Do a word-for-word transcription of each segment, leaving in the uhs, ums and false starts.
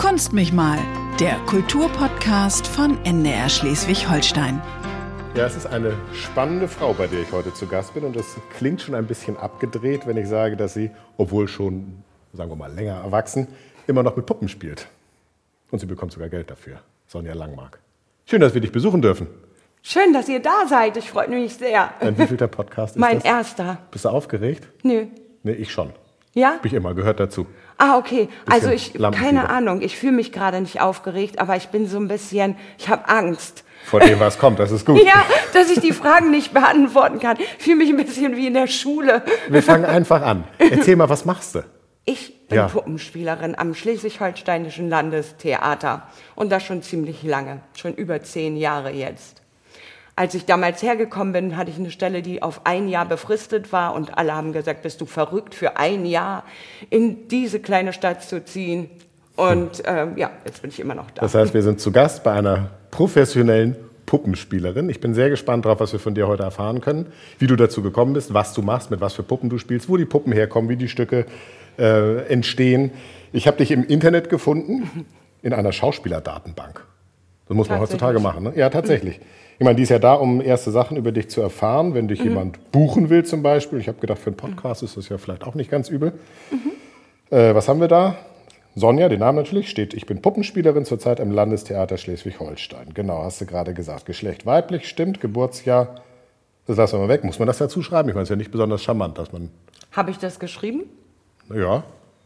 Kunst mich mal, der Kulturpodcast von N D R Schleswig-Holstein. Ja, es ist eine spannende Frau, bei der ich heute zu Gast bin. Und das klingt schon ein bisschen abgedreht, wenn ich sage, dass sie, obwohl schon, sagen wir mal, länger erwachsen, immer noch mit Puppen spielt. Und sie bekommt sogar Geld dafür. Sonja Langmark. Schön, dass wir dich besuchen dürfen. Schön, dass ihr da seid. Ich freue mich sehr. Und wie viel der Podcast ist mein das? Mein erster. Bist du aufgeregt? Nö. Nee, ich schon. Ja? Hab ich immer, gehört dazu. Ah, okay. Bisschen also ich, Lampenfieber. keine Ahnung, ich fühle mich gerade nicht aufgeregt, aber ich bin so ein bisschen, ich habe Angst. Vor dem, was kommt, das ist gut. Ja, dass ich die Fragen nicht beantworten kann. Ich fühle mich ein bisschen wie in der Schule. Wir fangen einfach an. Erzähl mal, was machst du? Ich bin Ja. Puppenspielerin am Schleswig-Holsteinischen Landestheater. Und das schon ziemlich lange, schon über zehn Jahre jetzt. Als ich damals hergekommen bin, hatte ich eine Stelle, die auf ein Jahr befristet war. Und alle haben gesagt, bist du verrückt, für ein Jahr in diese kleine Stadt zu ziehen. Und ähm, ja, jetzt bin ich immer noch da. Das heißt, wir sind zu Gast bei einer professionellen Puppenspielerin. Ich bin sehr gespannt darauf, was wir von dir heute erfahren können. Wie du dazu gekommen bist, was du machst, mit was für Puppen du spielst, wo die Puppen herkommen, wie die Stücke äh, entstehen. Ich habe dich im Internet gefunden, in einer Schauspielerdatenbank. Das muss man heutzutage machen, ne? Ja, tatsächlich. Ich meine, die ist ja da, um erste Sachen über dich zu erfahren. Wenn dich mhm. jemand buchen will zum Beispiel. Ich habe gedacht, für einen Podcast ist das ja vielleicht auch nicht ganz übel. Mhm. Äh, was haben wir da? Sonja, den Namen natürlich, steht, ich bin Puppenspielerin zurzeit im Landestheater Schleswig-Holstein. Genau, hast du gerade gesagt. Geschlecht weiblich, stimmt, Geburtsjahr, das lassen wir mal weg. Muss man das dazu schreiben? Ich meine, es ist ja nicht besonders charmant, dass man... Habe ich das geschrieben? Ja,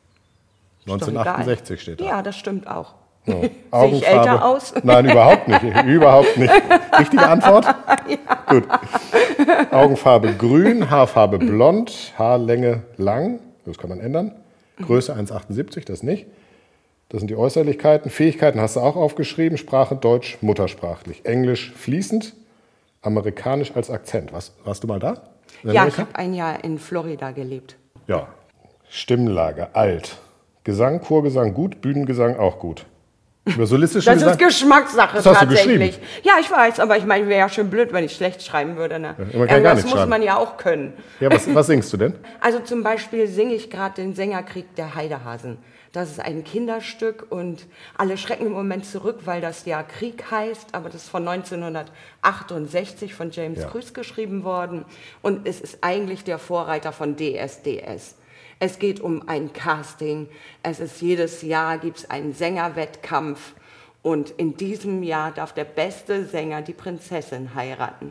neunzehnhundertachtundsechzig steht da. Ja, das stimmt auch. Ja. Sehe ich älter aus? Nein, überhaupt nicht. Überhaupt nicht. Richtige Antwort? Ja. Gut. Augenfarbe grün, Haarfarbe blond, Haarlänge lang, das kann man ändern. Größe eins Komma achtundsiebzig, das nicht. Das sind die Äußerlichkeiten. Fähigkeiten hast du auch aufgeschrieben. Sprache Deutsch, muttersprachlich. Englisch fließend, Amerikanisch als Akzent. Was, warst du mal da? Ja, ich habe ein Jahr in Florida gelebt. Ja. Stimmlage alt. Gesang, Chorgesang gut, Bühnengesang auch gut. Über solistischen Das Gesang? ist Geschmackssache Das hast du tatsächlich. geschrieben. Ja, ich weiß, aber ich meine, wäre ja schön blöd, wenn ich schlecht schreiben würde. Ne? Ja, man kann gar das nicht muss schreiben. man ja auch können. Ja, was, was singst du denn? Also zum Beispiel singe ich gerade den Sängerkrieg der Heidehasen. Das ist ein Kinderstück und alle schrecken im Moment zurück, weil das ja Krieg heißt, aber das ist von neunzehnhundertachtundsechzig von James Ja. Krüss geschrieben worden und es ist eigentlich der Vorreiter von D S D S. Es geht um ein Casting, es ist jedes Jahr gibt es einen Sängerwettkampf und in diesem Jahr darf der beste Sänger die Prinzessin heiraten.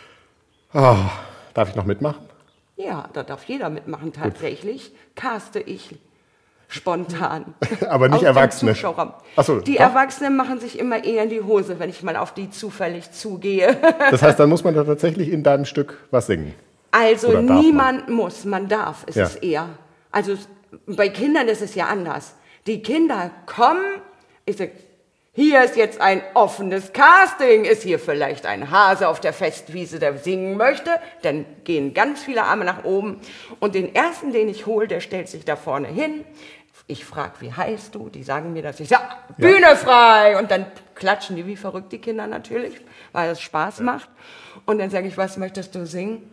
Oh, darf ich noch mitmachen? Ja, da darf jeder mitmachen tatsächlich, caste ich spontan. Aber nicht aus dem Erwachsene. Zuschauerraum. Ach so, die doch. Erwachsenen machen sich immer eher in die Hose, wenn ich mal auf die zufällig zugehe. Das heißt, dann muss man da tatsächlich in deinem Stück was singen. Also Oder darf niemand muss, man darf, ist Ja. es eher. Also es- bei Kindern ist es ja anders. Die Kinder kommen, ich sag, hier ist jetzt ein offenes Casting, ist hier vielleicht ein Hase auf der Festwiese, der singen möchte, dann gehen ganz viele Arme nach oben und den ersten, den ich hole, der stellt sich da vorne hin. Ich frage, wie heißt du? Die sagen mir das. Ich sage, Bühne frei! Und dann klatschen die wie verrückt, die Kinder natürlich, weil es Spaß macht. Und dann sage ich, was möchtest du singen?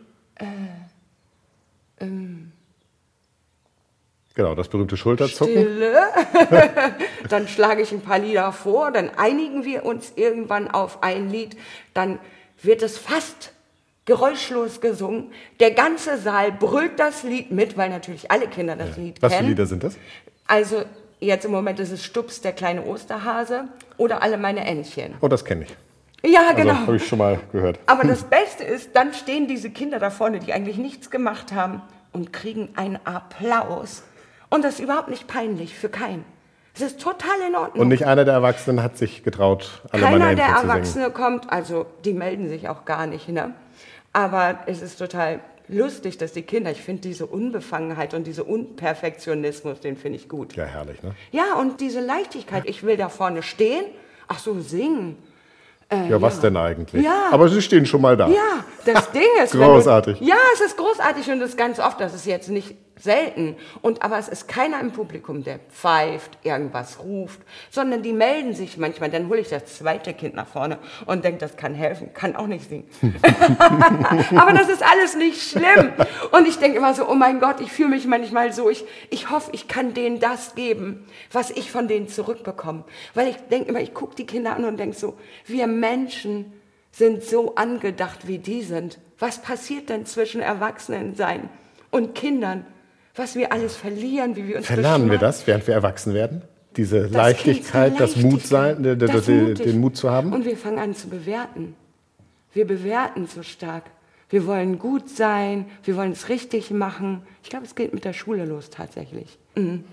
Genau, das berühmte Schulterzucken. Stille. Dann schlage ich ein paar Lieder vor, dann einigen wir uns irgendwann auf ein Lied, dann wird es fast geräuschlos gesungen. Der ganze Saal brüllt das Lied mit, weil natürlich alle Kinder das Lied Was für kennen. Lieder sind das? Also jetzt im Moment ist es Stups, der kleine Osterhase oder Alle meine Entchen. Oh, das kenne ich. Ja, Also, genau. habe ich schon mal gehört. Aber das Beste ist, dann stehen diese Kinder da vorne, die eigentlich nichts gemacht haben und kriegen einen Applaus. Und das ist überhaupt nicht peinlich für keinen. Es ist total in Ordnung. Und nicht einer der Erwachsenen hat sich getraut, alle meine Keiner der Entchen zu singen. Erwachsene kommt, also die melden sich auch gar nicht, ne? Aber es ist total lustig, dass die Kinder, ich finde diese Unbefangenheit und diese Unperfektionismus, den finde ich gut. Ja, herrlich, ne? Ja, und diese Leichtigkeit, ich will da vorne stehen, ach so, singen. Äh, Ja, was denn eigentlich? Ja. Aber Sie stehen schon mal da. Ja, das Ding ist... Großartig. Wenn du, ja, es ist großartig und es ist ganz oft, das ist jetzt nicht selten. Und, aber es ist keiner im Publikum, der pfeift, irgendwas ruft, sondern die melden sich manchmal. Dann hole ich das zweite Kind nach vorne und denke, das kann helfen. Kann auch nicht singen. Aber das ist alles nicht schlimm. Und ich denke immer so, oh mein Gott, ich fühle mich manchmal so, ich, ich hoffe, ich kann denen das geben, was ich von denen zurückbekomme. Weil ich denke immer, ich gucke die Kinder an und denke so, wir Menschen sind so angedacht, wie die sind. Was passiert denn zwischen Erwachsenensein und Kindern? Was wir alles verlieren, wie wir uns Verlernen wir das, während wir erwachsen werden? Diese Das Leichtigkeit, das Mut sein, das das, mutig. den Mut zu haben? Und wir fangen an zu bewerten. Wir bewerten so stark. Wir wollen gut sein, wir wollen es richtig machen. Ich glaube, es geht mit der Schule los tatsächlich. Mhm.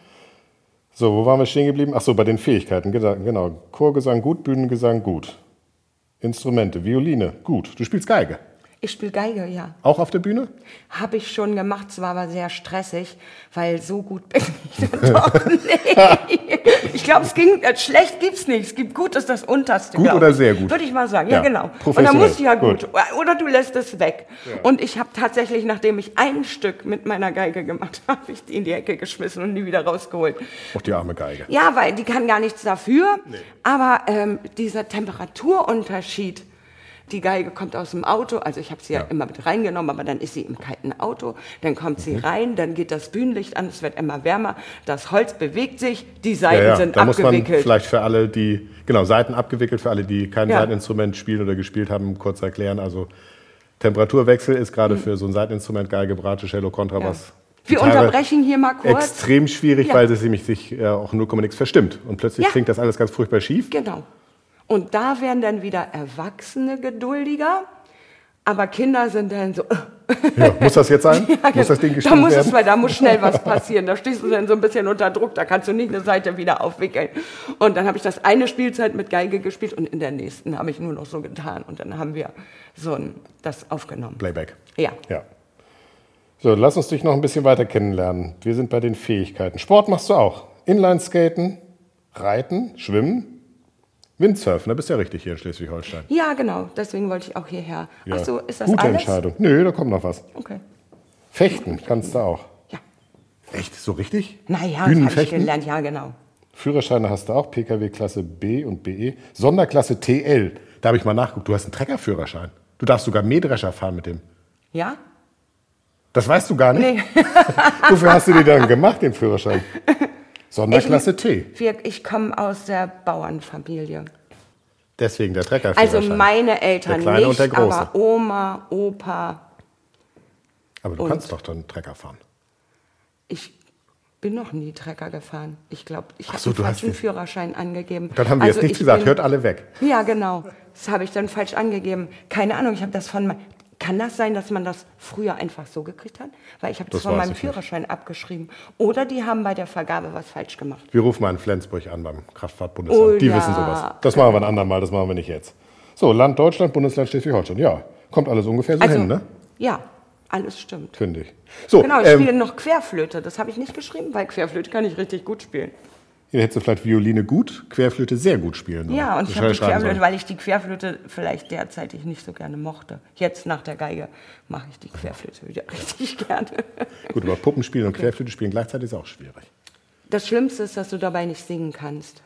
So, wo waren wir stehen geblieben? Ach so, bei den Fähigkeiten, genau. Chorgesang gut, Bühnengesang gut. Instrumente, Violine, gut. Du spielst Geige. Ich spiele Geige, ja. Auch auf der Bühne? Habe ich schon gemacht, es war aber sehr stressig, weil so gut bin ich dann doch nicht. Ich glaube, es ging, schlecht gibt's nicht, es gibt gut, ist das Unterste. Gut oder sehr gut? Würde ich mal sagen, ja, ja genau. Und dann muss ich ja gut. gut. Oder du lässt es weg. Ja. Und ich habe tatsächlich, nachdem ich ein Stück mit meiner Geige gemacht habe, habe ich die in die Ecke geschmissen und die wieder rausgeholt. Auch die arme Geige. Ja, weil die kann gar nichts dafür, nee. aber ähm, dieser Temperaturunterschied, die Geige kommt aus dem Auto, also ich habe sie ja. ja immer mit reingenommen, aber dann ist sie im kalten Auto, dann kommt sie mhm. rein, dann geht das Bühnenlicht an, es wird immer wärmer, das Holz bewegt sich, die Saiten ja, ja. sind da abgewickelt. Muss man vielleicht für alle, die, genau, Saiten abgewickelt, für alle, die kein ja. Saiteninstrument spielen oder gespielt haben, kurz erklären. Also Temperaturwechsel ist gerade mhm. für so ein Saiteninstrument, Geige, Bratsche, Cello, Kontrabass. Ja. Wir unterbrechen hier mal kurz. Extrem schwierig, ja. weil es nämlich sich äh, auch null Komma nix verstimmt. Und plötzlich ja. klingt das alles ganz furchtbar schief. Genau. Und da werden dann wieder Erwachsene geduldiger, aber Kinder sind dann so... Ja, muss das jetzt sein? Ja, muss das Ding gespielt da muss werden? Es, weil da muss schnell was passieren. Da stehst du dann so ein bisschen unter Druck, da kannst du nicht eine Seite wieder aufwickeln. Und dann habe ich das eine Spielzeit mit Geige gespielt und in der nächsten habe ich nur noch so getan. Und dann haben wir so ein, das aufgenommen. Playback. Ja. ja. So, lass uns dich noch ein bisschen weiter kennenlernen. Wir sind bei den Fähigkeiten. Sport machst du auch. Inlineskaten, Reiten, Schwimmen. Windsurfen, da bist du ja richtig hier in Schleswig-Holstein. Ja, genau. Deswegen wollte ich auch hierher. Ja. Ach so, ist das Gute alles? Entscheidung. Nö, da kommt noch was. Okay. Fechten kannst du auch. Ja. Echt? So richtig? Naja, das habe ich gelernt. Ja, genau. Führerscheine hast du auch. P K W-Klasse B und B E. Sonderklasse T L. Da habe ich mal nachgeguckt. Du hast einen Treckerführerschein. Du darfst sogar Mähdrescher fahren mit dem. Ja? Das weißt du gar nicht? Nee. Wofür hast du dir dann gemacht, den Führerschein? Sonderklasse ich, T. Wir, ich komme aus der Bauernfamilie. Deswegen der Treckerführerschein. Also meine Eltern der Kleine nicht, und der Große. aber Oma, Opa. Aber du kannst doch dann Trecker fahren. Ich bin noch nie Trecker gefahren. Ich glaube, ich habe so, einen falschen Führerschein angegeben. Dann haben wir also jetzt nichts gesagt, bin, hört alle weg. Ja, genau. Das habe ich dann falsch angegeben. Keine Ahnung, ich habe das von... Kann das sein, dass man das früher einfach so gekriegt hat? Weil ich habe das, das von meinem Führerschein nicht. abgeschrieben. Oder die haben bei der Vergabe was falsch gemacht. Wir rufen mal in Flensburg an beim Kraftfahrtbundesamt. Oh, die ja. wissen sowas. Das machen wir ein andermal, das machen wir nicht jetzt. So, Land Deutschland, Bundesland Schleswig-Holstein. Ja, kommt alles ungefähr so also, hin, ne? Ja, alles stimmt. Finde ich. So, genau, ich ähm, spiele noch Querflöte. Das habe ich nicht geschrieben, weil Querflöte kann ich richtig gut spielen. Hier hättest du vielleicht Violine gut, Querflöte sehr gut spielen. Ja, und ich habe die Querflöte, weil ich die Querflöte vielleicht derzeitig nicht so gerne mochte. Jetzt nach der Geige mache ich die Querflöte wieder richtig gerne. Gut, aber Puppenspielen und okay. Querflöte spielen gleichzeitig ist auch schwierig. Das Schlimmste ist, dass du dabei nicht singen kannst.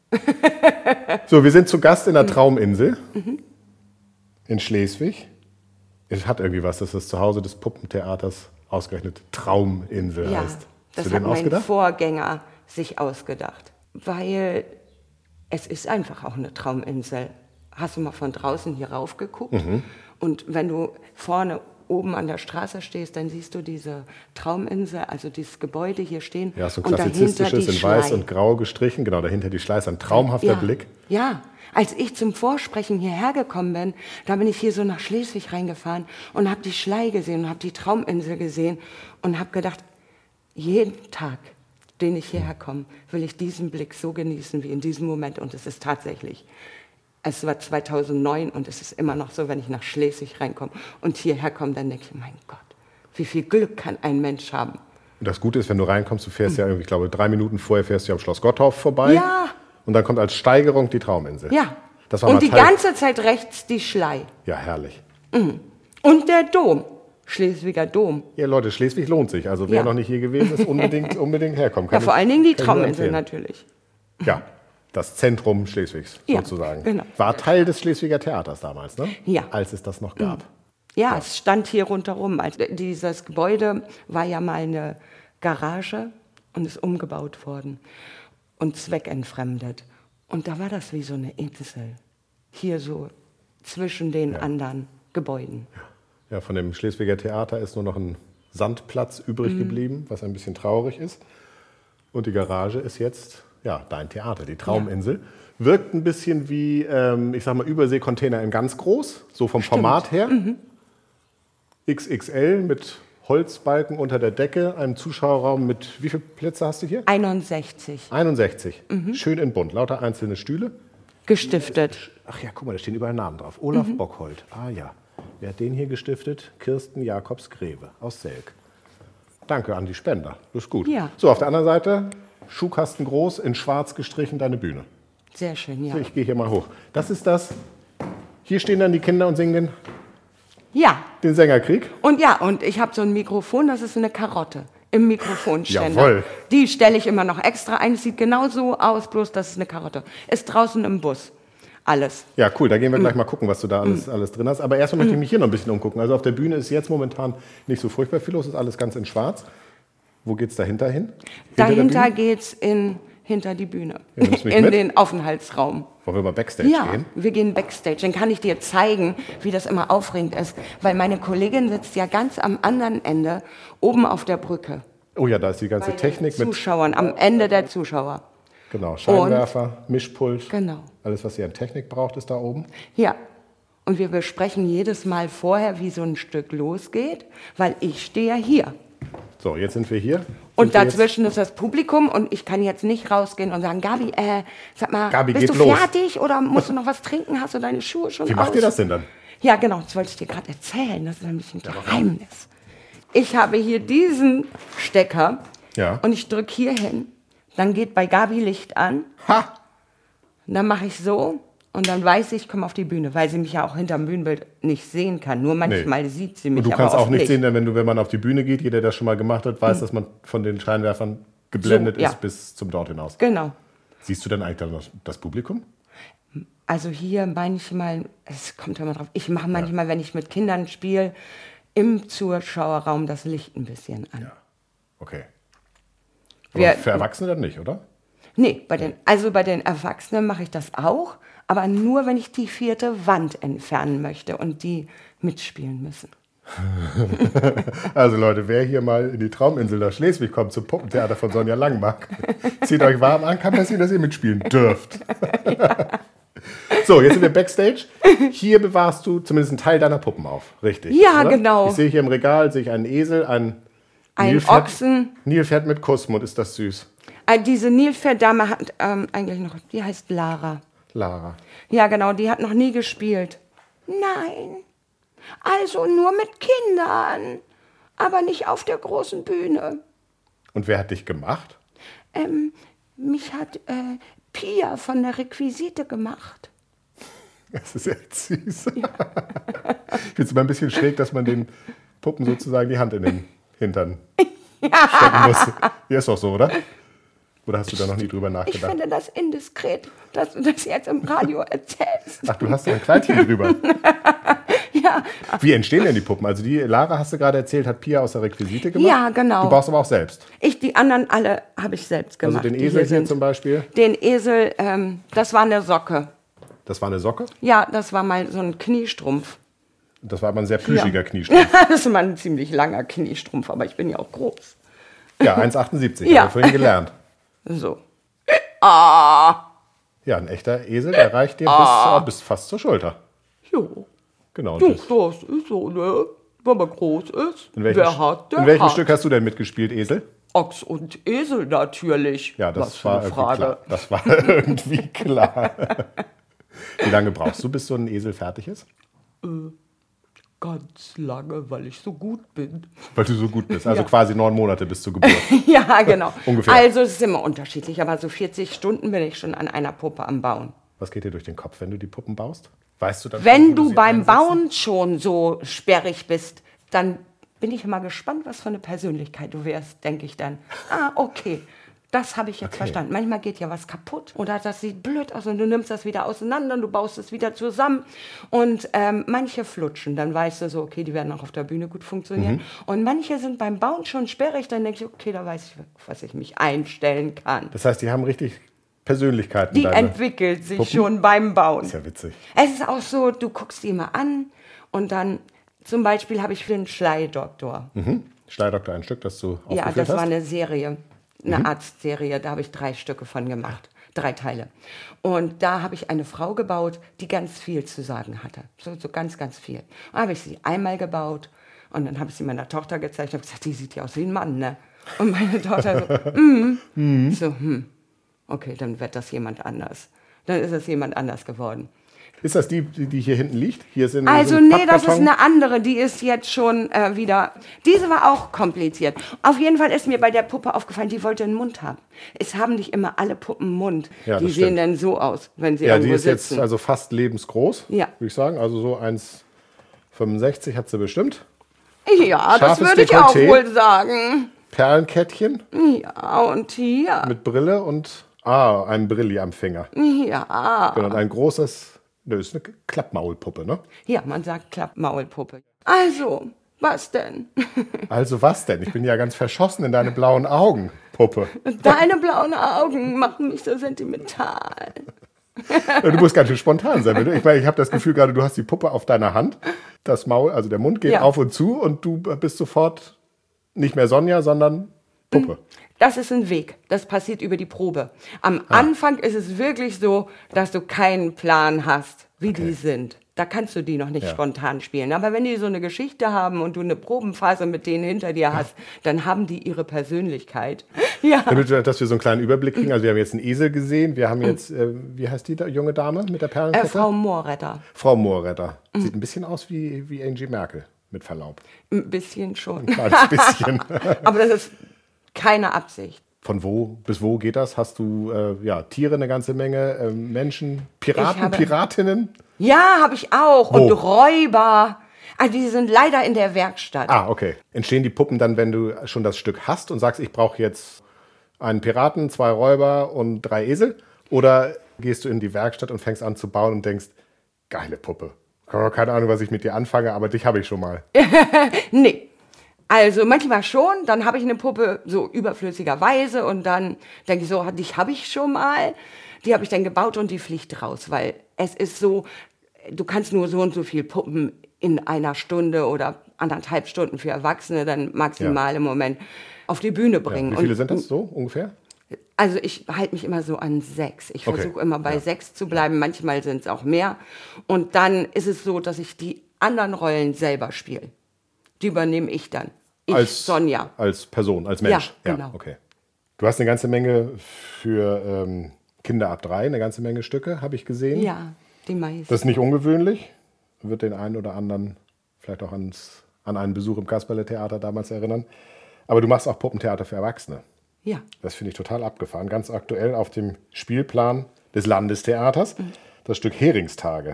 So, wir sind zu Gast in der Trauminsel mhm. in Schleswig. Es hat irgendwie was, dass das Zuhause des Puppentheaters ausgerechnet Trauminsel ja, heißt. Hast das du hat den mein ausgedacht? Vorgänger sich ausgedacht, weil es ist einfach auch eine Trauminsel. Hast du mal von draußen hier rauf geguckt? Mhm. Und wenn du vorne oben an der Straße stehst, dann siehst du diese Trauminsel, also dieses Gebäude hier stehen. Ja, so ein und klassizistisches in Schlei. Weiß und Grau gestrichen, genau, dahinter die Schleiß, ein traumhafter ja, Blick. Ja, als ich zum Vorsprechen hierher gekommen bin, da bin ich hier so nach Schleswig reingefahren und habe die Schlei gesehen und habe die Trauminsel gesehen und habe gedacht, jeden Tag, den ich hierher komme, will ich diesen Blick so genießen wie in diesem Moment. Und es ist tatsächlich, es war zweitausendneun und es ist immer noch so, wenn ich nach Schleswig reinkomme und hierher komme, dann denke ich, mein Gott, wie viel Glück kann ein Mensch haben. Und das Gute ist, wenn du reinkommst, du fährst mhm. ja, ich glaube, drei Minuten vorher fährst du am Schloss Gottorf vorbei. Ja. Und dann kommt als Steigerung die Trauminsel. Ja. Das war und die Teil... ganze Zeit rechts die Schlei. Ja, herrlich. Mhm. Und der Dom. Schleswiger Dom. Ja, Leute, Schleswig lohnt sich. Also wer Ja. noch nicht hier gewesen ist, unbedingt, unbedingt herkommen. Kann Ja, vor ich- allen Dingen die kann ich nur Trauminsel empfehlen. natürlich. Ja, das Zentrum Schleswigs Ja, sozusagen. genau. War Teil des Schleswiger Theaters damals, ne? Ja. Als es das noch gab. Ja, es stand hier rundherum. Also dieses Gebäude war ja mal eine Garage und ist umgebaut worden und zweckentfremdet. Und da war das wie so eine Insel. Hier so zwischen den anderen Gebäuden. Ja, von dem Schleswiger Theater ist nur noch ein Sandplatz übrig Mhm. geblieben, was ein bisschen traurig ist. Und die Garage ist jetzt, ja, dein Theater, die Trauminsel. Wirkt ein bisschen wie, ähm, ich sag mal, Überseekontainer in ganz groß, so vom Format her. Mhm. X X L mit Holzbalken unter der Decke, einem Zuschauerraum mit, wie viele Plätze hast du hier? einundsechzig. einundsechzig. Mhm. Schön in bunt, lauter einzelne Stühle. Gestiftet. Ach ja, guck mal, da stehen überall Namen drauf. Olaf Mhm. Bockhold. Ah ja. Wer hat den hier gestiftet? Kirsten Jakobs-Greve aus Selk. Danke an die Spender. Das ist gut. Ja. So, auf der anderen Seite, Schuhkasten groß, in schwarz gestrichen, deine Bühne. Sehr schön, ja. So, ich gehe hier mal hoch. Das ist das. Hier stehen dann die Kinder und singen den, Ja, den Sängerkrieg. und ja, und ich habe so ein Mikrofon, das ist eine Karotte im Mikrofonständer. Jawohl. Die stelle ich immer noch extra ein. Es sieht genau so aus, bloß das ist eine Karotte. Ist draußen im Bus. Alles. Ja, cool. Da gehen wir gleich Mhm. mal gucken, was du da alles, alles drin hast. Aber erstmal möchte ich mich hier noch ein bisschen umgucken. Also auf der Bühne ist jetzt momentan nicht so furchtbar viel los. Ist alles ganz in schwarz. Wo geht's dahinter hin? Hinter der Dahinter Bühne? geht's in, hinter die Bühne. Ja, nimmst du mich in mit? den Aufenthaltsraum. Wollen wir mal Backstage Ja, gehen? wir gehen Backstage. Dann kann ich dir zeigen, wie das immer aufregend ist. Weil meine Kollegin sitzt ja ganz am anderen Ende, oben auf der Brücke. Oh ja, da ist die ganze Technik mit Zuschauern, am Ende der Zuschauer. genau, Scheinwerfer, Mischpult. Genau. Alles, was ihr an Technik braucht, ist da oben. Ja. Und wir besprechen jedes Mal vorher, wie so ein Stück losgeht, weil ich stehe ja hier. So, jetzt sind wir hier. Und Sind wir dazwischen ist das Publikum und ich kann jetzt nicht rausgehen und sagen, Gabi, äh, sag mal, Gabi, bist geht du los. fertig oder musst du noch was trinken? Hast du deine Schuhe schon Jetzt, wie macht aus? ihr das denn dann? Ja, genau, das wollte ich dir gerade erzählen. Das ist nämlich ein Geheimnis. Ich habe hier diesen Stecker Ja. und ich drücke hier hin. Dann geht bei Gabi Licht an. Ha! Und dann mache ich so und dann weiß ich, ich komme auf die Bühne, weil sie mich ja auch hinterm Bühnenbild nicht sehen kann. Nur manchmal sieht sie mich, Und du aber kannst auch oft nicht sehen, denn wenn, du, wenn man auf die Bühne geht, jeder, der das schon mal gemacht hat, weiß, dass man von den Scheinwerfern geblendet So, ja. ist bis zum dort hinaus. Genau. Siehst du dann eigentlich dann das, das Publikum? Also hier manchmal, es kommt immer drauf, ich mache manchmal, wenn ich mit Kindern spiele, im Zuschauerraum das Licht ein bisschen an. Ja. Okay. Aber Wir- für Erwachsene dann nicht, oder? Nee, bei den, also bei den Erwachsenen mache ich das auch, aber nur, wenn ich die vierte Wand entfernen möchte und die mitspielen müssen. Also Leute, wer hier mal in die Trauminsel nach Schleswig kommt, zum Puppentheater von Sonja Langmark, zieht euch warm an, kann passieren, dass ihr mitspielen dürft. So, jetzt sind wir Backstage. Hier bewahrst du zumindest einen Teil deiner Puppen auf, richtig? Ja, oder? genau. Ich sehe hier im Regal sehe ich einen Esel, ein Ein Nilpferd, Ochsen. Nilpferd mit Kussmund, ist das süß. Äh, diese Nilpferd-Dame hat ähm, eigentlich noch, die heißt Lara. Lara. Ja, genau, die hat noch nie gespielt. Nein, also nur mit Kindern, aber nicht auf der großen Bühne. Und wer hat dich gemacht? Ähm, mich hat äh, Pia von der Requisite gemacht. Das ist echt süß. Ich finde es immer ein bisschen schräg, dass man den Puppen sozusagen die Hand in den Hintern stecken muss. Ja, ist doch so, oder? Oder hast du da noch nie drüber Ich nachgedacht? finde das indiskret, dass du das jetzt im Radio erzählst. Ach, du hast da ein Kleidchen drüber. Ja, Wie entstehen denn die Puppen? Also die Lara, hast du gerade erzählt, hat Pia aus der Requisite gemacht? Ja, genau. Du baust aber auch selbst. ich, die anderen alle habe ich selbst gemacht. Also den die Esel hier hier sind. zum Beispiel. Den Esel, ähm, das war eine Socke. Das war eine Socke. Ja, das war mal so ein Kniestrumpf. Das war aber ein sehr plüschiger Ja. Kniestrumpf. Das ist mal ein ziemlich langer Kniestrumpf, aber ich bin ja auch groß. Ja, eins Komma achtundsiebzig, Ja. haben wir vorhin gelernt. So. Ah, Ja, ein echter Esel, der reicht dir Ah. bis, bis fast zur Schulter. jo. Genau. Du, das- das ist so, ne? Wenn man groß ist, In welchem, wer hat, der in welchem hat. Stück hast du denn mitgespielt, Esel? Ochs und Esel natürlich. Ja, das Was für war eine irgendwie Frage. klar. Das war irgendwie klar. Wie lange brauchst du, bis so ein Esel fertig ist? Ganz lange, weil ich so gut bin. Weil du so gut bist. Also Ja. quasi neun Monate bis zur Geburt. Ja, genau. Ungefähr. Also es ist immer unterschiedlich, aber so vierzig Stunden bin ich schon an einer Puppe am Bauen. Was geht dir durch den Kopf, wenn du die Puppen baust? Weißt du dann, Wenn wo du sie beim einsetzen? Bauen schon so sperrig bist, dann bin ich immer gespannt, was für eine Persönlichkeit du wärst, denke ich dann. Ah, okay. Das habe ich jetzt okay. verstanden. Manchmal geht ja was kaputt oder das sieht blöd aus und du nimmst das wieder auseinander und du baust es wieder zusammen. Und ähm, manche flutschen, dann weißt du so, okay, die werden auch auf der Bühne gut funktionieren. Mhm. Und manche sind beim Bauen schon sperrig, dann denke ich, okay, da weiß ich, auf was ich mich einstellen kann. Das heißt, die haben richtig Persönlichkeiten. Die entwickelt sich Puppen? schon beim Bauen. Ist ja witzig. Es ist auch so, du guckst die mal an und dann, zum Beispiel habe ich für den Schleidoktor. Mhm. Schleidoktor, ein Stück, das du aufgeführt hast? Ja, das hast? war eine Serie. Eine mhm. Arztserie, da habe ich drei Stücke von gemacht, drei Teile. Und da habe ich eine Frau gebaut, die ganz viel zu sagen hatte, so, so ganz, ganz viel. Da habe ich sie einmal gebaut und dann habe ich sie meiner Tochter gezeigt und habe gesagt, die sieht ja aus wie ein Mann, ne? Und meine Tochter so, mm. mhm. Ich so, hm, okay, dann wird das jemand anders. Dann ist es jemand anders geworden. Ist das die, die hier hinten liegt? Hier sind also nee, das ist eine andere, die ist jetzt schon äh, wieder, diese war auch kompliziert. Auf jeden Fall ist mir bei der Puppe aufgefallen, die wollte einen Mund haben. Es haben nicht immer alle Puppen einen Mund. Ja, die sehen dann so aus, wenn sie ja, irgendwo sitzen. Ja, die ist jetzt also fast lebensgroß, ja. würde ich sagen. Also so eins Komma fünfundsechzig hat sie bestimmt. Ja, Scharfes das würde ich auch wohl sagen. Perlenkettchen. Ja, und hier. Mit Brille und ah, einem Brilli am Finger. Ja. Und ein großes... Das ist eine Klappmaulpuppe, ne? Ja, man sagt Klappmaulpuppe. Also, was denn? Also, was denn? Ich bin ja ganz verschossen in deine blauen Augen, Puppe. Deine blauen Augen machen mich so sentimental. Du musst ganz schön spontan sein. Ich meine, ich habe das Gefühl gerade, du hast die Puppe auf deiner Hand. Das Maul, also der Mund geht ja. auf und zu und du bist sofort nicht mehr Sonja, sondern Puppe. Das ist ein Weg. Das passiert über die Probe. Am ah. Anfang ist es wirklich so, dass du keinen Plan hast, wie okay. die sind. Da kannst du die noch nicht ja. spontan spielen. Aber wenn die so eine Geschichte haben und du eine Probenphase mit denen hinter dir hast, ja. dann haben die ihre Persönlichkeit. Ja. Damit, dass wir so einen kleinen Überblick kriegen. Also wir haben jetzt einen Esel gesehen. Wir haben jetzt, äh, wie heißt die da, junge Dame mit der Perlenkette? Äh, Frau Mohrretter. Frau Mohrretter. Mhm. Sieht ein bisschen aus wie, wie Angie Merkel, mit Verlaub. Ein bisschen schon. Ein kleines bisschen. Aber das ist keine Absicht. Von wo bis wo geht das? Hast du äh, ja, Tiere eine ganze Menge, äh, Menschen, Piraten, habe, Piratinnen? Ja, habe ich auch. Wo? Und Räuber. Also die sind leider in der Werkstatt. Ah, okay. Entstehen die Puppen dann, wenn du schon das Stück hast und sagst, ich brauche jetzt einen Piraten, zwei Räuber und drei Esel? Oder gehst du in die Werkstatt und fängst an zu bauen und denkst, geile Puppe. Keine Ahnung, was ich mit dir anfange, aber dich habe ich schon mal. Nee. Also manchmal schon, dann habe ich eine Puppe so überflüssigerweise und dann denke ich so, dich habe ich schon mal. Die habe ich dann gebaut und die fliegt raus, weil es ist so, du kannst nur so und so viel Puppen in einer Stunde oder anderthalb Stunden für Erwachsene dann maximal ja. im Moment auf die Bühne bringen. Ja. Wie viele und, sind das so ungefähr? Also ich halte mich immer so an sechs. Ich versuche okay. immer bei ja. sechs zu bleiben, manchmal sind es auch mehr. Und dann ist es so, dass ich die anderen Rollen selber spiele. Die übernehme ich dann. Ich, als, Sonja. Als Person, als Mensch. Ja, genau. Ja, okay. Du hast eine ganze Menge für ähm, Kinder ab drei, eine ganze Menge Stücke, habe ich gesehen. Ja, die meisten. Das ist nicht ungewöhnlich. Wird den einen oder anderen vielleicht auch ans, an einen Besuch im Kasperle-Theater damals erinnern. Aber du machst auch Puppentheater für Erwachsene. Ja. Das finde ich total abgefahren. Ganz aktuell auf dem Spielplan des Landestheaters. Mhm. Das Stück Heringstage.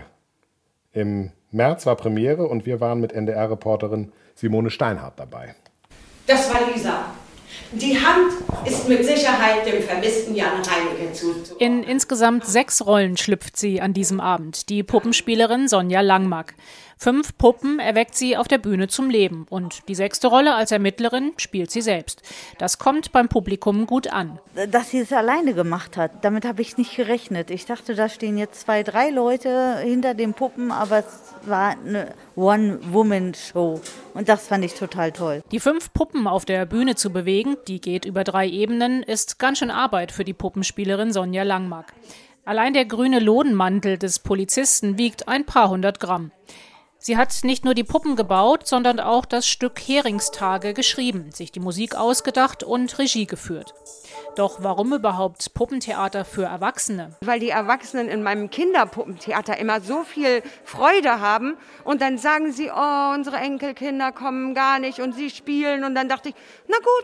Im März war Premiere und wir waren mit N D R-Reporterin Simone Steinhardt dabei. Das war Lisa. Die Hand ist mit Sicherheit dem vermissten Jan Reinecke zuzuordnen. In insgesamt sechs Rollen schlüpft sie an diesem Abend, die Puppenspielerin Sonja Langmack. Fünf Puppen erweckt sie auf der Bühne zum Leben und die sechste Rolle als Ermittlerin spielt sie selbst. Das kommt beim Publikum gut an. Dass sie es alleine gemacht hat, damit habe ich nicht gerechnet. Ich dachte, da stehen jetzt zwei, drei Leute hinter den Puppen, aber es war eine One-Woman-Show und das fand ich total toll. Die fünf Puppen auf der Bühne zu bewegen, die geht über drei Ebenen, ist ganz schön Arbeit für die Puppenspielerin Sonja Langmack. Allein der grüne Lodenmantel des Polizisten wiegt ein paar hundert Gramm. Sie hat nicht nur die Puppen gebaut, sondern auch das Stück Heringstage geschrieben, sich die Musik ausgedacht und Regie geführt. Doch warum überhaupt Puppentheater für Erwachsene? Weil die Erwachsenen in meinem Kinderpuppentheater immer so viel Freude haben und dann sagen sie, oh, unsere Enkelkinder kommen gar nicht und sie spielen und dann dachte ich, na gut,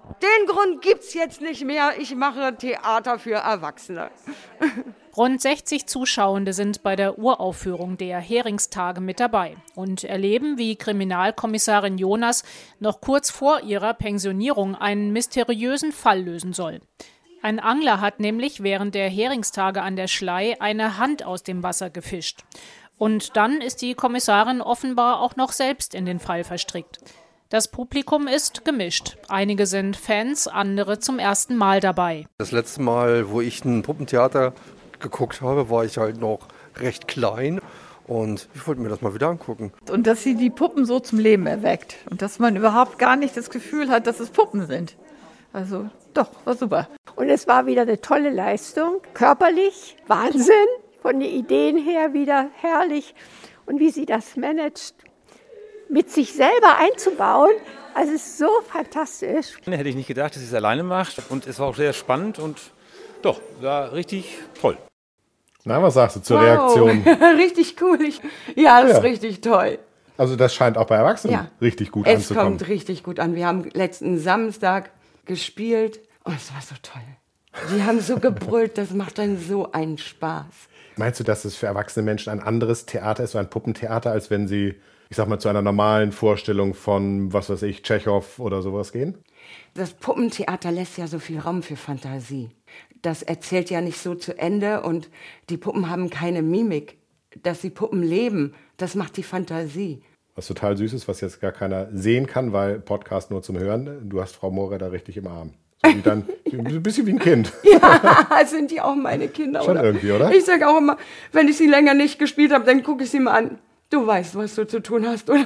Den Grund gibt's jetzt nicht mehr. Ich mache Theater für Erwachsene. Rund sechzig Zuschauende sind bei der Uraufführung der Heringstage mit dabei und erleben, wie Kriminalkommissarin Jonas noch kurz vor ihrer Pensionierung einen mysteriösen Fall lösen soll. Ein Angler hat nämlich während der Heringstage an der Schlei eine Hand aus dem Wasser gefischt. Und dann ist die Kommissarin offenbar auch noch selbst in den Fall verstrickt. Das Publikum ist gemischt. Einige sind Fans, andere zum ersten Mal dabei. Das letzte Mal, wo ich ein Puppentheater geguckt habe, war ich halt noch recht klein und ich wollte mir das mal wieder angucken. Und dass sie die Puppen so zum Leben erweckt und dass man überhaupt gar nicht das Gefühl hat, dass es Puppen sind. Also doch, war super. Und es war wieder eine tolle Leistung, körperlich, Wahnsinn, von den Ideen her wieder herrlich und wie sie das managt, mit sich selber einzubauen, also es ist so fantastisch. Hätte ich nicht gedacht, dass sie es alleine macht und es war auch sehr spannend und doch, war richtig toll. Na, was sagst du zur Wow. Reaktion? Richtig cool. Ich, ja, das Ja. ist richtig toll. Also das scheint auch bei Erwachsenen Ja. richtig gut Es anzukommen. kommt richtig gut an. Wir haben letzten Samstag gespielt und es war so toll. Die haben so gebrüllt, das macht dann so einen Spaß. Meinst du, dass es für erwachsene Menschen ein anderes Theater ist, so ein Puppentheater, als wenn sie, ich sag mal, zu einer normalen Vorstellung von, was weiß ich, Tschechow oder sowas gehen? Das Puppentheater lässt ja so viel Raum für Fantasie. Das erzählt ja nicht so zu Ende und die Puppen haben keine Mimik. Dass die Puppen leben, das macht die Fantasie. Was total süß ist, was jetzt gar keiner sehen kann, weil Podcast nur zum Hören. Du hast Frau Morer da richtig im Arm. So wie dann, ein bisschen wie ein Kind. Ja, sind die auch meine Kinder, Schon oder? irgendwie, oder? Ich sage auch immer, wenn ich sie länger nicht gespielt habe, dann gucke ich sie mal an. Du weißt, was du zu tun hast, oder?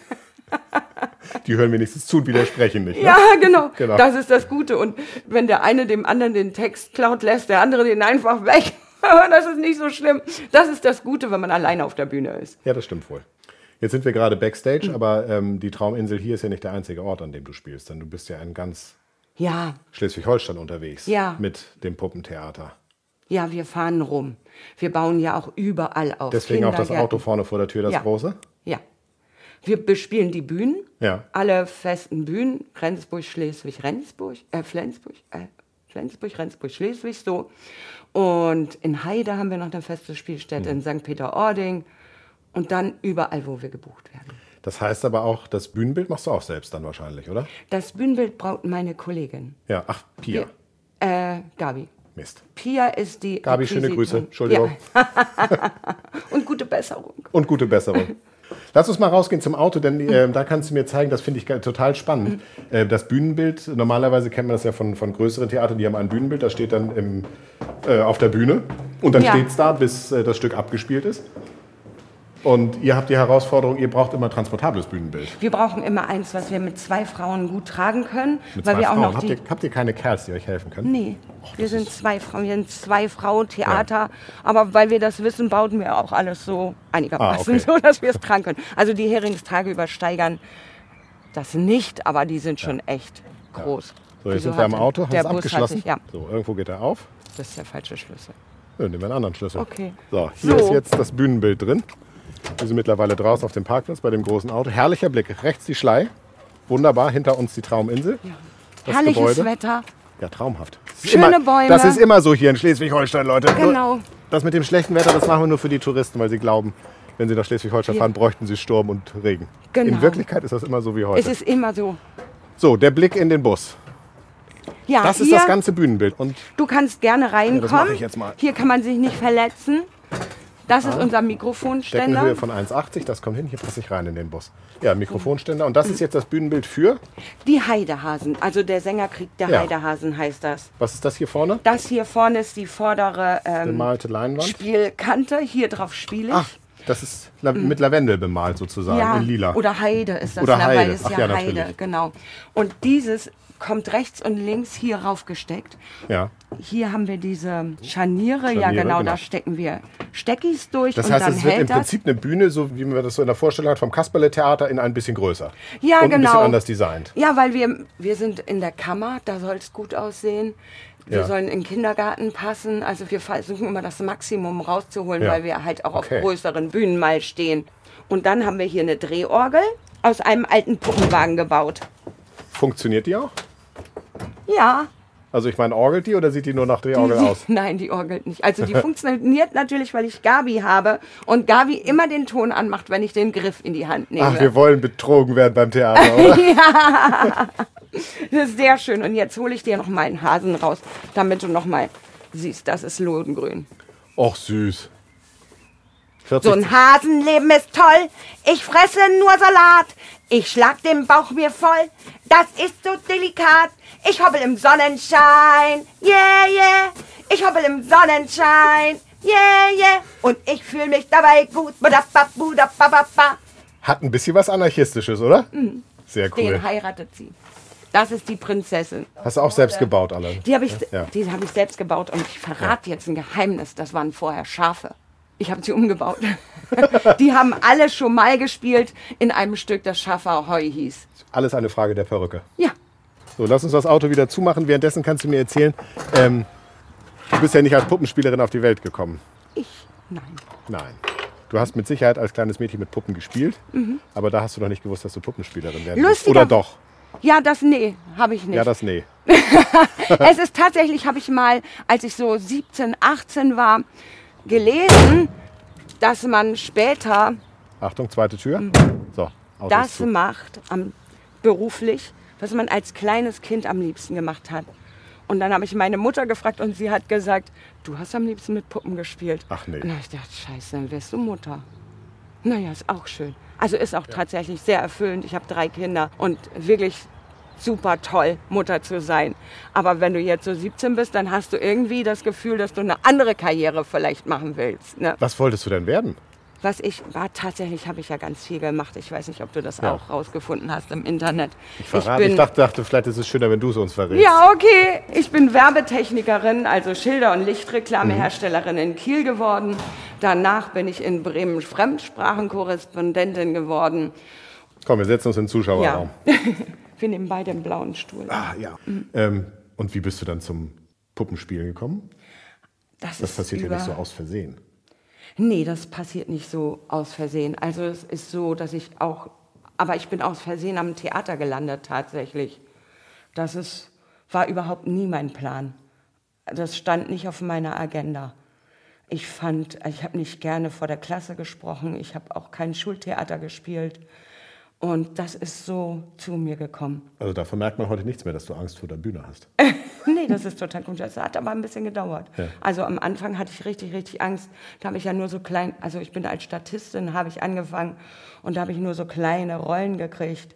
Die hören wenigstens zu und widersprechen nicht. Ne? Ja, genau. Genau. Das ist das Gute. Und wenn der eine dem anderen den Text klaut, lässt der andere den einfach weg. Das ist nicht so schlimm. Das ist das Gute, wenn man alleine auf der Bühne ist. Ja, das stimmt wohl. Jetzt sind wir gerade Backstage, aber ähm, die Trauminsel hier ist ja nicht der einzige Ort, an dem du spielst, denn du bist ja in ganz Ja, Schleswig-Holstein unterwegs Ja. mit dem Puppentheater. ja, wir fahren rum. Wir bauen ja auch überall auf. Deswegen auch das Kindergärten. Auto vorne vor der Tür, das Ja. große? Ja. Wir bespielen die Bühnen, Ja. alle festen Bühnen, Rendsburg, Schleswig, Rendsburg, äh, Flensburg, äh, Flensburg, Rendsburg, Schleswig, so. Und in Heide haben wir noch eine feste Spielstätte, Mhm. in Sankt Peter-Ording und dann überall, wo wir gebucht werden. Das heißt aber auch, das Bühnenbild machst du auch selbst dann wahrscheinlich, oder? Das Bühnenbild braucht meine Kollegin, Ja, ach, Pia. äh, Gabi. Mist. Pia ist die Gabi, schöne Akquisition. Grüße. Entschuldigung. Ja. Und gute Besserung. Und gute Besserung. Lass uns mal rausgehen zum Auto, denn äh, da kannst du mir zeigen, das finde ich ge- total spannend. Äh, das Bühnenbild, normalerweise kennt man das ja von, von größeren Theatern, die haben ein Bühnenbild, das steht dann im, äh, auf der Bühne und dann Ja. steht es da, bis äh, das Stück abgespielt ist. Und ihr habt die Herausforderung, ihr braucht immer transportables Bühnenbild. Wir brauchen immer eins, was wir mit zwei Frauen gut tragen können. Mit weil zwei wir auch Frauen. noch Habt die ihr, habt ihr keine Kerls, die euch helfen können? Nee, wir sind zwei Frauen, wir sind zwei Frauen-Theater, aber weil wir das wissen, bauten wir auch alles so einigermaßen, Ah, okay. so dass wir es tragen können. Also die Heringstage übersteigern das nicht, aber die sind schon echt groß. So, jetzt Wieso sind wir am hat Auto, hast der es Bus abgeschlossen. Hat sich, ja, So, irgendwo geht er auf. das ist der falsche Schlüssel. Ja, nehmen wir einen anderen Schlüssel. Okay. So, hier So. ist jetzt das Bühnenbild drin. Wir sind mittlerweile draußen auf dem Parkplatz bei dem großen Auto. Herrlicher Blick. Rechts die Schlei. Wunderbar. Hinter uns die Trauminsel. Das Herrliches Gebäude. Wetter. Ja, traumhaft. Das ist Schöne immer, Bäume. Das ist immer so hier in Schleswig-Holstein, Leute. Genau. Das mit dem schlechten Wetter, das machen wir nur für die Touristen, weil sie glauben, wenn sie nach Schleswig-Holstein Ja. fahren, bräuchten sie Sturm und Regen. Genau. In Wirklichkeit ist das immer so wie heute. Es ist immer so. So, der Blick in den Bus. Ja, Das ist hier, das ganze Bühnenbild. Und du kannst gerne reinkommen. Ja, das mache ich jetzt mal. Hier kann man sich nicht verletzen. Das ist unser Deckenhöhe Mikrofonständer. von eins achtzig, das kommt hin. Hier passe ich rein in den Bus. Ja, Mikrofonständer. Und das ist jetzt das Bühnenbild für, Die Heidehasen, also der Sängerkrieg der Ja. Heidehasen heißt das. was ist das hier vorne? Das hier vorne ist die vordere ähm, Bemalte Leinwand. Spielkante. Hier drauf spiele ich. Ach, das ist la- mit Lavendel bemalt sozusagen, ja, in lila. oder Heide ist das. Oder ne, weil Heide. es Ach ja, ja, Heide, natürlich. genau. Und dieses kommt rechts und links hier raufgesteckt. Ja. Hier haben wir diese Scharniere, ja Scharniere, genau, genau. da stecken wir Steckis durch Das und heißt, dann es wird im hält das. Prinzip eine Bühne, so wie man das so in der Vorstellung hat, vom Kasperle-Theater in ein bisschen größer. Ja, und ein genau. bisschen anders designt. Ja, weil wir, wir sind in der Kammer, da soll es gut aussehen. Wir Ja. sollen in den Kindergarten passen. Also wir versuchen immer das Maximum rauszuholen, Ja. weil wir halt auch Okay. auf größeren Bühnen mal stehen. Und dann haben wir hier eine Drehorgel aus einem alten Puppenwagen gebaut. Funktioniert die auch? Ja. Also ich meine, orgelt die oder sieht die nur nach der Orgel die, aus? Nein, die orgelt nicht. Also die funktioniert natürlich, weil ich Gabi habe und Gabi immer den Ton anmacht, wenn ich den Griff in die Hand nehme. Ach, wir wollen betrogen werden beim Theater, oder? Ja, das ist sehr schön. Und jetzt hole ich dir noch mal einen Hasen raus, damit du noch mal siehst, das ist Lodengrün. Och, süß. So ein Hasenleben ist toll. Ich fresse nur Salat. Ich schlag den Bauch mir voll. Das ist so delikat. Ich hoppel im Sonnenschein. Yeah, yeah. Ich hoppel im Sonnenschein. Yeah, yeah. Und ich fühle mich dabei gut. Hat ein bisschen was Anarchistisches, oder? Mhm. Sehr cool. Den heiratet sie. Das ist die Prinzessin. Hast du auch selbst gebaut, alle? Die habe ich, ja. die hab ich selbst gebaut. Und ich verrate ja. jetzt ein Geheimnis. Das waren vorher Schafe. Ich habe sie umgebaut. Die haben alle schon mal gespielt in einem Stück, das Schafahoi hieß. Alles eine Frage der Perücke. Ja. So, lass uns das Auto wieder zumachen. Währenddessen kannst du mir erzählen, ähm, du bist ja nicht als Puppenspielerin auf die Welt gekommen. Ich? Nein. Nein. Du hast mit Sicherheit als kleines Mädchen mit Puppen gespielt, Mhm. aber da hast du noch nicht gewusst, dass du Puppenspielerin werden willst. Lustiger- Oder doch? Ja, das nee, habe ich nicht. Ja, das nee. Es ist tatsächlich, habe ich mal, als ich so siebzehn, achtzehn war, gelesen, dass man später Achtung, zweite Tür. So, Auto ist das zu. macht, am, beruflich, was man als kleines Kind am liebsten gemacht hat. Und dann habe ich meine Mutter gefragt und sie hat gesagt, du hast am liebsten mit Puppen gespielt. Ach nee. Und dann habe ich gedacht, scheiße, dann wärst du Mutter. Naja, ist auch schön. Also ist auch tatsächlich sehr erfüllend. Ich habe drei Kinder und wirklich super toll, Mutter zu sein. Aber wenn du jetzt so siebzehn bist, dann hast du irgendwie das Gefühl, dass du eine andere Karriere vielleicht machen willst. Ne? Was wolltest du denn werden? Was ich war, tatsächlich habe ich ja ganz viel gemacht. Ich weiß nicht, ob du das Ja. auch rausgefunden hast im Internet. Ich verrate, ich, bin, dachte, dachte, vielleicht ist es schöner, wenn du es uns verrätst. ja, okay. Ich bin Werbetechnikerin, also Schilder- und Lichtreklameherstellerin in Kiel geworden. Danach bin ich in Bremen Fremdsprachenkorrespondentin geworden. Komm, wir setzen uns in den Zuschauerraum. Ja. Wir nehmen beide einen blauen Stuhl. Ah, ja. Ähm, und wie bist du dann zum Puppenspielen gekommen? Das, Das ist passiert ja über- nicht so aus Versehen. Nee, das passiert nicht so aus Versehen. Also es ist so, dass ich auch, aber ich bin aus Versehen am Theater gelandet tatsächlich. Das ist, war überhaupt nie mein Plan. Das stand nicht auf meiner Agenda. Ich fand, ich habe nicht gerne vor der Klasse gesprochen, ich habe auch kein Schultheater gespielt. Und das ist so zu mir gekommen. Also davon merkt man heute nichts mehr, dass du Angst vor der Bühne hast. Nee, das ist total gut. Das hat aber ein bisschen gedauert. Ja. Also am Anfang hatte ich richtig, richtig Angst. Da habe ich ja nur so klein, also ich bin als Statistin, habe ich angefangen und da habe ich nur so kleine Rollen gekriegt.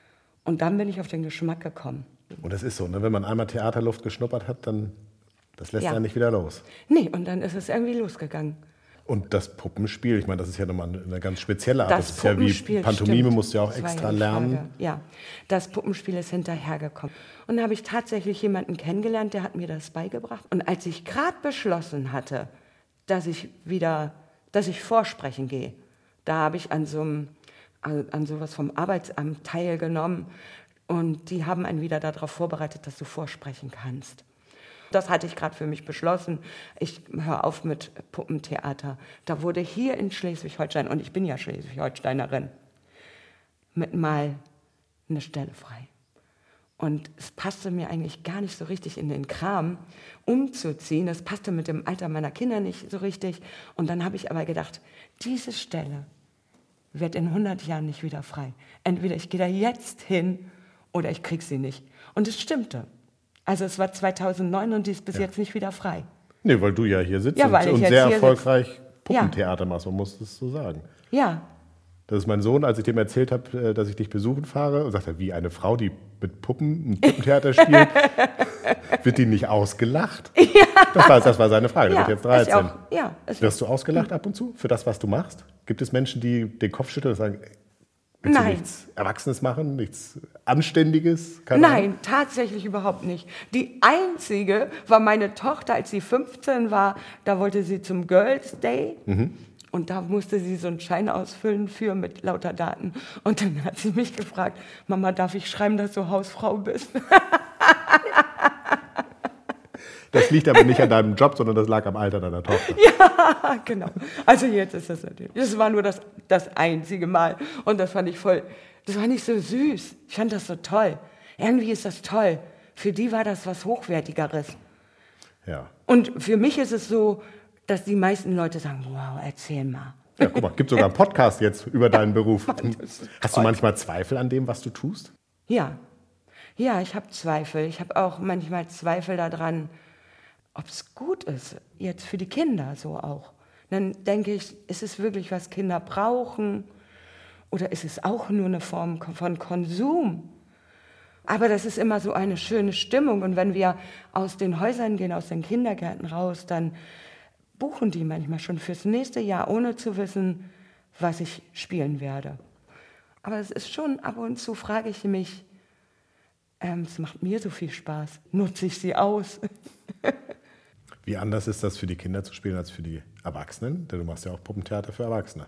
Und dann bin ich auf den Geschmack gekommen. Und das ist so, ne? Wenn man einmal Theaterluft geschnuppert hat, dann das lässt Ja. ja nicht wieder los. Nee, und dann ist es irgendwie losgegangen. Und das Puppenspiel, ich meine, das ist ja nochmal eine ganz spezielle Art. Das, Das ist ja wie Puppenspiel, Pantomime, stimmt. musst du ja auch Das war extra die lernen. Frage. Ja, das Puppenspiel ist hinterhergekommen. Und dann habe ich tatsächlich jemanden kennengelernt, der hat mir das beigebracht. Und als ich gerade beschlossen hatte, dass ich wieder, dass ich vorsprechen gehe, da habe ich an so einem, an sowas vom Arbeitsamt teilgenommen. Und die haben einen wieder darauf vorbereitet, dass du vorsprechen kannst. Das hatte ich gerade für mich beschlossen. Ich höre auf mit Puppentheater. Da wurde hier in Schleswig-Holstein, und ich bin ja Schleswig-Holsteinerin, mit mal eine Stelle frei. Und es passte mir eigentlich gar nicht so richtig in den Kram, umzuziehen. Das passte mit dem Alter meiner Kinder nicht so richtig. Und dann habe ich aber gedacht, diese Stelle wird in hundert Jahren nicht wieder frei. Entweder ich gehe da jetzt hin oder ich kriege sie nicht. Und es stimmte. Also es war zweitausendneun und die ist bis Ja. jetzt nicht wieder frei. Nee, weil du ja hier sitzt Ja, weil und, ich und jetzt sehr hier erfolgreich sitz. Puppentheater machst, man muss es so sagen. Ja, Das ist mein Sohn, als ich dem erzählt habe, dass ich dich besuchen fahre, und sagt er, wie eine Frau, die mit Puppen ein Puppentheater spielt, wird die nicht ausgelacht? Ja. Das, war, das war seine Frage, der ja, wird jetzt dreizehn. Ist auch, ja, ist Wirst du ausgelacht ab und zu für das, was du machst? Gibt es Menschen, die den Kopf schütteln und sagen, willst du Nein. nichts Erwachsenes machen, nichts Anständiges? Keine Ahnung? Nein, tatsächlich überhaupt nicht. Die einzige war meine Tochter, als sie fünfzehn war, da wollte sie zum Girls Day. Mhm. Und da musste sie so einen Schein ausfüllen für mit lauter Daten. Und dann hat sie mich gefragt, Mama, darf ich schreiben, dass du Hausfrau bist? Das liegt aber nicht an deinem Job, sondern das lag am Alter deiner Tochter. Ja, genau. Also jetzt ist das natürlich. Das war nur das, das einzige Mal. Und das fand ich voll, das war nicht so süß. Ich fand das so toll. Irgendwie ist das toll, Für die war das was Hochwertigeres. Ja. Und für mich ist es so, dass die meisten Leute sagen, wow, erzähl mal. Ja, guck mal, gibt sogar einen Podcast jetzt über deinen Beruf. Hast du manchmal Zweifel an dem, was du tust? Ja, ja, ich habe Zweifel. Ich habe auch manchmal Zweifel daran, ob es gut ist, jetzt für die Kinder so auch. Dann denke ich, ist es wirklich, was Kinder brauchen? Oder ist es auch nur eine Form von Konsum? Aber das ist immer so eine schöne Stimmung. Und wenn wir aus den Häusern gehen, aus den Kindergärten raus, dann buchen die manchmal schon fürs nächste Jahr, ohne zu wissen, was ich spielen werde. Aber es ist schon, ab und zu frage ich mich, ähm, es macht mir so viel Spaß, nutze ich sie aus? Wie anders ist das für die Kinder zu spielen als für die Erwachsenen? Denn du machst ja auch Puppentheater für Erwachsene.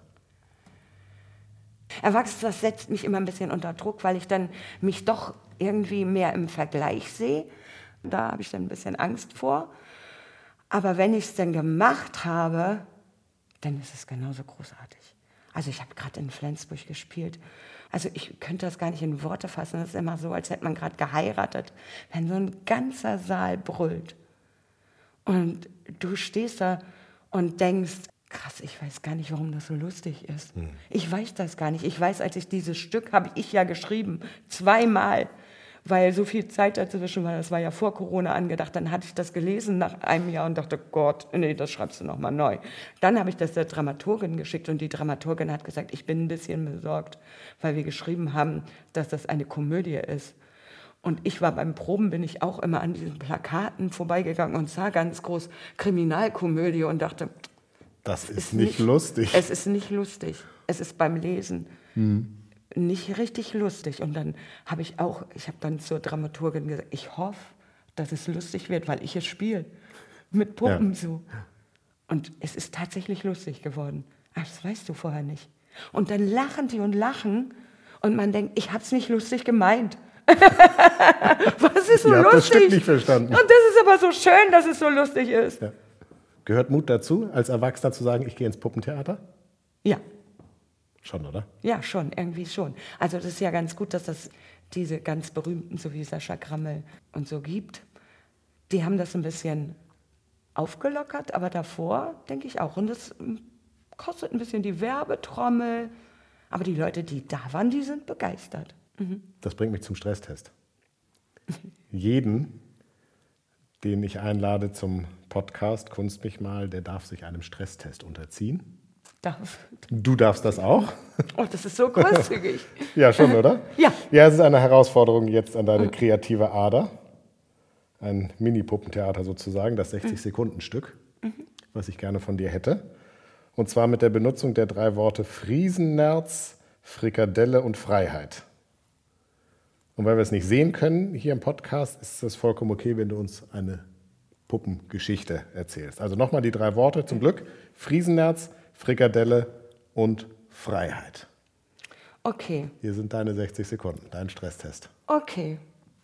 Erwachsene, das setzt mich immer ein bisschen unter Druck, weil ich dann mich doch irgendwie mehr im Vergleich sehe. Da habe ich dann ein bisschen Angst vor. Aber wenn ich es dann gemacht habe, dann ist es genauso großartig. Also ich habe gerade in Flensburg gespielt. Also ich könnte das gar nicht in Worte fassen. Das ist immer so, als hätte man gerade geheiratet, wenn so ein ganzer Saal brüllt. Und du stehst da und denkst, krass, ich weiß gar nicht, warum das so lustig ist. Hm. Ich weiß das gar nicht. Ich weiß, als ich dieses Stück, habe ich ja geschrieben, zweimal, weil so viel Zeit dazwischen war, das war ja vor Corona angedacht. Dann hatte ich das gelesen nach einem Jahr und dachte, Gott, nee, das schreibst du nochmal neu. Dann habe ich das der Dramaturgin geschickt und die Dramaturgin hat gesagt, ich bin ein bisschen besorgt, weil wir geschrieben haben, dass das eine Komödie ist. Und ich war beim Proben, bin ich auch immer an diesen Plakaten vorbeigegangen und sah ganz groß Kriminalkomödie und dachte, das ist, ist nicht lustig. Es ist nicht lustig. Es ist beim Lesen hm. nicht richtig lustig. Und dann habe ich auch, ich habe dann zur Dramaturgin gesagt, ich hoffe, dass es lustig wird, weil ich es spiele. Mit Puppen ja. so. Und es ist tatsächlich lustig geworden. Ach, das weißt du vorher nicht. Und dann lachen die und lachen und man denkt, ich habe es nicht lustig gemeint. Was ist so Ihr lustig? habt das Stück nicht verstanden. Und das ist aber so schön, dass es so lustig ist. Ja. Gehört Mut dazu, als Erwachsener zu sagen, ich gehe ins Puppentheater? Ja. Schon, oder? Ja, schon, irgendwie schon. Also das ist ja ganz gut, dass das diese ganz berühmten, so wie Sascha Grammel und so gibt. Die haben das ein bisschen aufgelockert, aber davor denke ich auch. Und das kostet ein bisschen die Werbetrommel. Aber die Leute, die da waren, die sind begeistert. Mhm. Das bringt mich zum Stresstest. Jeden, den ich einlade zum Podcast Kunst mich mal, der darf sich einem Stresstest unterziehen. Darf. Du darfst das auch. Oh, das ist so großzügig. Ja, schon, oder? Ja. Ja, es ist eine Herausforderung jetzt an deine kreative Ader. Ein Mini-Puppentheater sozusagen, das sechzig-Sekunden-Stück, mhm. was ich gerne von dir hätte. Und zwar mit der Benutzung der drei Worte Friesennerz, Frikadelle und Freiheit. Und weil wir es nicht sehen können hier im Podcast, ist es vollkommen okay, wenn du uns eine Puppengeschichte erzählst. Also nochmal die drei Worte zum Glück. Friesennerz, Frikadelle und Freiheit. Okay. Hier sind deine sechzig Sekunden, dein Stresstest. Okay.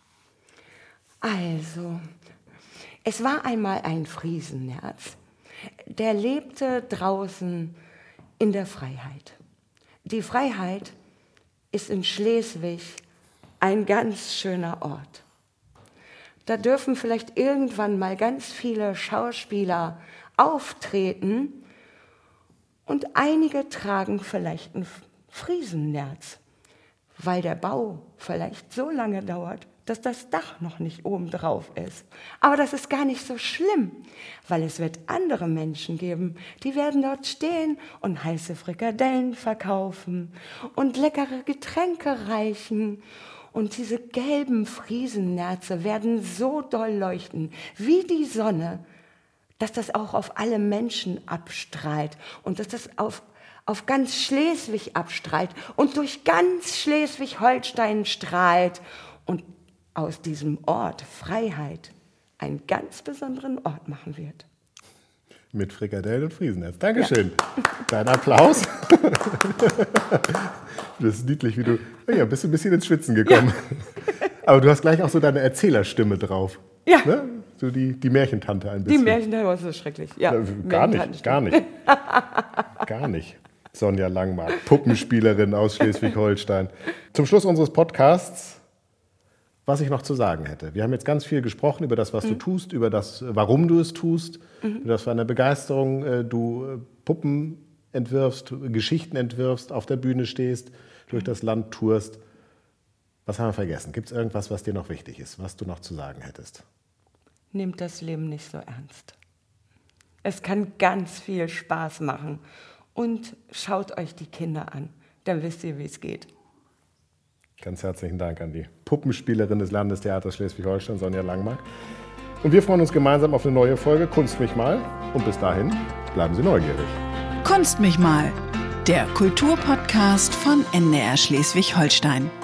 Also, es war einmal ein Friesennerz, der lebte draußen in der Freiheit. Die Freiheit ist in Schleswig ein ganz schöner Ort. Da dürfen vielleicht irgendwann mal ganz viele Schauspieler auftreten und einige tragen vielleicht ein Friesennerz, weil der Bau vielleicht so lange dauert, dass das Dach noch nicht oben drauf ist. Aber das ist gar nicht so schlimm, weil es wird andere Menschen geben, die werden dort stehen und heiße Frikadellen verkaufen und leckere Getränke reichen. Und diese gelben Friesennerze werden so doll leuchten, wie die Sonne, dass das auch auf alle Menschen abstrahlt und dass das auf, auf ganz Schleswig abstrahlt und durch ganz Schleswig-Holstein strahlt und aus diesem Ort Freiheit einen ganz besonderen Ort machen wird. Mit Frikadellen und Friesennerz. Dankeschön. Ja. Dein Applaus. Das ist niedlich, wie du, ja, bist du ein bisschen ins Schwitzen gekommen. Ja. Aber du hast gleich auch so deine Erzählerstimme drauf. Ja. Ne? So die, die Märchentante ein bisschen. Die Märchentante war so schrecklich. Ja, gar nicht, gar nicht. Gar nicht. Sonja Langmark, Puppenspielerin aus Schleswig-Holstein. Zum Schluss unseres Podcasts was ich noch zu sagen hätte. Wir haben jetzt ganz viel gesprochen über das, was mhm. du tust, über das, warum du es tust, mhm. über das für eine Begeisterung äh, du äh, Puppen entwirfst, Geschichten entwirfst, auf der Bühne stehst, durch mhm. das Land tourst. Was haben wir vergessen? Gibt es irgendwas, was dir noch wichtig ist, was du noch zu sagen hättest? Nehmt das Leben nicht so ernst. Es kann ganz viel Spaß machen. Und schaut euch die Kinder an, dann wisst ihr, wie es geht. Ganz herzlichen Dank an die Puppenspielerin des Landestheaters Schleswig-Holstein, Sonja Langmark. Und wir freuen uns gemeinsam auf eine neue Folge Kunst mich mal. Und bis dahin, bleiben Sie neugierig. Kunst mich mal, der Kulturpodcast von N D R Schleswig-Holstein.